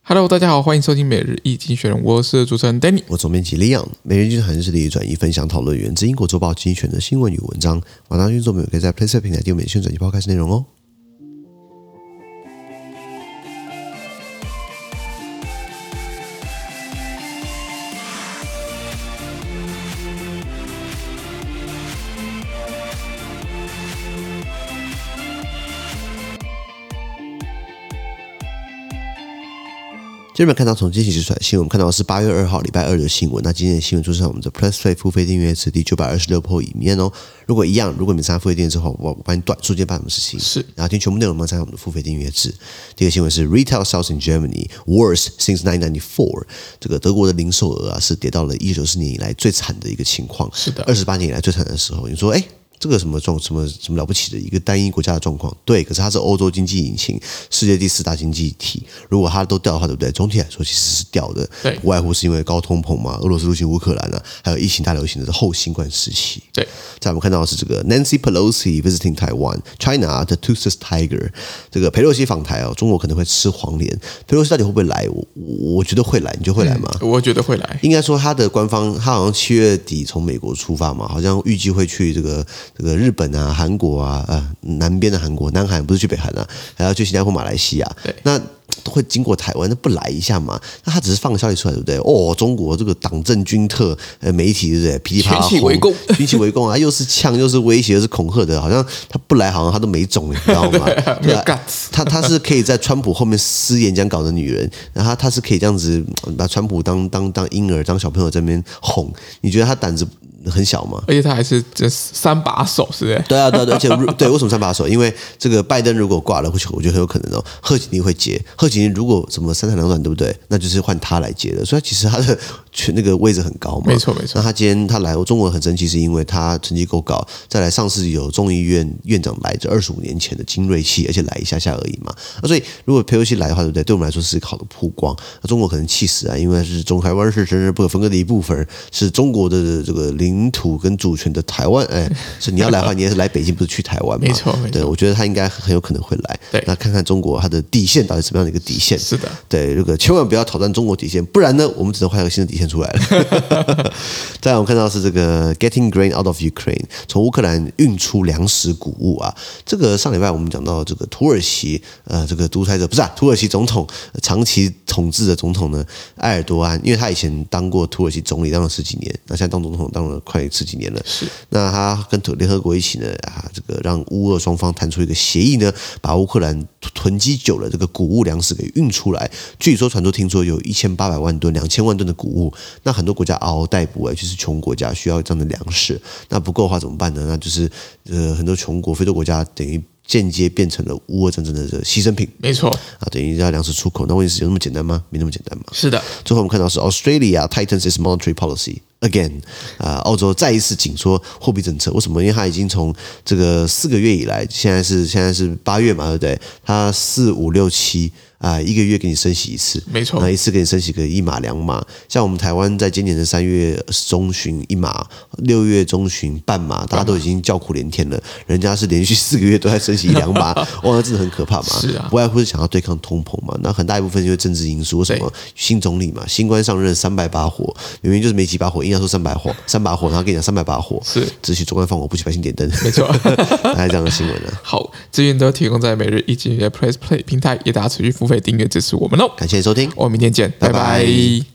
Hello， 大家好，欢迎收听每日一经济学人，我是主持人 Danny， 我总编辑 Leon。每日一经济学人致力转译分享讨论源自英国周报经济学的新闻与文章。马上运作朋友可以在 PlayStation 平台订阅每日转译报开始内容哦。今天我们看到从今天起出来的新闻，我们看到的是8月2号礼拜二的新闻。那今天的新闻就是在我们的 PressPlay 付费订阅制第926铺里面哦。如果一样，如果你们参加付费订阅之后，我帮你短瞬间办什么事情？ 是， 然后听全部内容，我们参加我们的付费订阅制。第一个新闻是 Retail sales in Germany worse since 1994。这个德国的零售额啊是跌到了1994年以来最惨的一个情况。 是的 ，28年以来最惨的时候。你说，这个什么了不起的一个单一国家的状况？对，可是它是欧洲经济引擎，世界第4大经济体。如果它都掉的话，对不对？总体来说其实是掉的， 对， 不外乎是因为高通膨嘛，俄罗斯入侵乌克兰啊，还有疫情大流行的后新冠时期。 对， 再我们看到的是这个 Nancy Pelosi visiting Taiwan, China the toothless tiger。这个佩洛西访台哦，中国可能会吃黄连。佩洛西到底会不会来？我觉得会来，你觉得会来吗？ 我觉得会来。应该说他的官方，他好像7月底从美国出发嘛，好像预计会去这个日本啊、韩国啊、南边的韩国、南韩不是去北韩啊，还要去新加坡、马来西亚。 对， 那会经过台湾，那不来一下嘛？那他只是放个消息出来，对不对？哦，中国这个党政军特媒体，对不对？噼里啪啦群起围攻， 群起围攻啊！又是呛，又是威胁，又是恐吓的，好像他不来，好像他都没种，你知道吗？ 没有 guts。 他是可以在川普后面撕演讲稿的女人，然后他是可以这样子把川普当婴儿、当小朋友在那边哄。你觉得他胆子很小吗？ 而且他还是这3把手，是不是？ 对啊，而且对，为什么3把手？因为这个拜登如果挂了，我觉得很有可能哦。贺锦丽会接，贺锦丽如果什么3长2短，对不对？那就是换他来接了。所以其实他的那个位置很高嘛。 没错。 那他今天他来，中国很生气，是因为他成绩够高。再来，上次有众议院院长来着25年前的金瑞气，而且来一下而已嘛。那所以如果佩洛西来的话，对不对？对我们来说是一个好的曝光。那中国可能气死啊，因为是中台湾是真正不可分割的一部分，是中国的这个领土跟主权的台湾，所以你要来的话，你也是来北京，不是去台湾嘛？ 没错。 对，我觉得他应该很有可能会来。 对， 那看看中国它的底线到底什么样的一个底线？ 是的， 对，这个千万不要挑战中国底线，不然呢，我们只能画一个新的底线出来了。再来，我们看到是这个 getting grain out of Ukraine， 从乌克兰运出粮食谷物啊。这个上礼拜我们讲到这个土耳其，这个独裁者不是土耳其总统长期统治的总统呢，埃尔多安，因为他以前当过土耳其总理，当了10几年，那现在当总统当了快10几年了。 是， 那他跟联合国一起呢，这个让乌俄双方谈出一个协议呢，把乌克兰囤积久了这个谷物粮食给运出来。据说传说听说有1800万吨、2000万吨的谷物，那很多国家嗷嗷待哺，就是穷国家需要这样的粮食，那不够的话怎么办呢？那就是很多穷国、非洲国家等于间接变成了乌俄战争的牺牲品。 没错啊，等于要粮食出口。那问题是有那么简单吗？没那么简单嘛。 是的。 最后我们看到是 Australia tightens its monetary policy again。澳洲再一次紧缩货币政策。为什么？因为它已经从这个4个月以来，现在是8月嘛，对不对？它4、5、6、7。1个月给你升息一次， 没错， 一次给你升息个1码2码。像我们台湾在今年的3月中旬1码，6月中旬半码，大家都已经叫苦连天了。人家是连续4个月都在升息1-2码，哇，那真的很可怕嘛。 是啊， 不外乎是想要对抗通膨嘛。那很大一部分因为政治因素，为什么？新总理嘛，新官上任300把火，明明就是没几把火，硬要说300把火，然后跟你讲300把火， 是只许州官放火，不许百姓点灯。 没错， 大概这样的新闻呢。 好，资源都提供在每日一经济的 PressPlay 平台，也大家持续付费订阅支持我们喽。 感谢收听， 我们明天见，拜拜。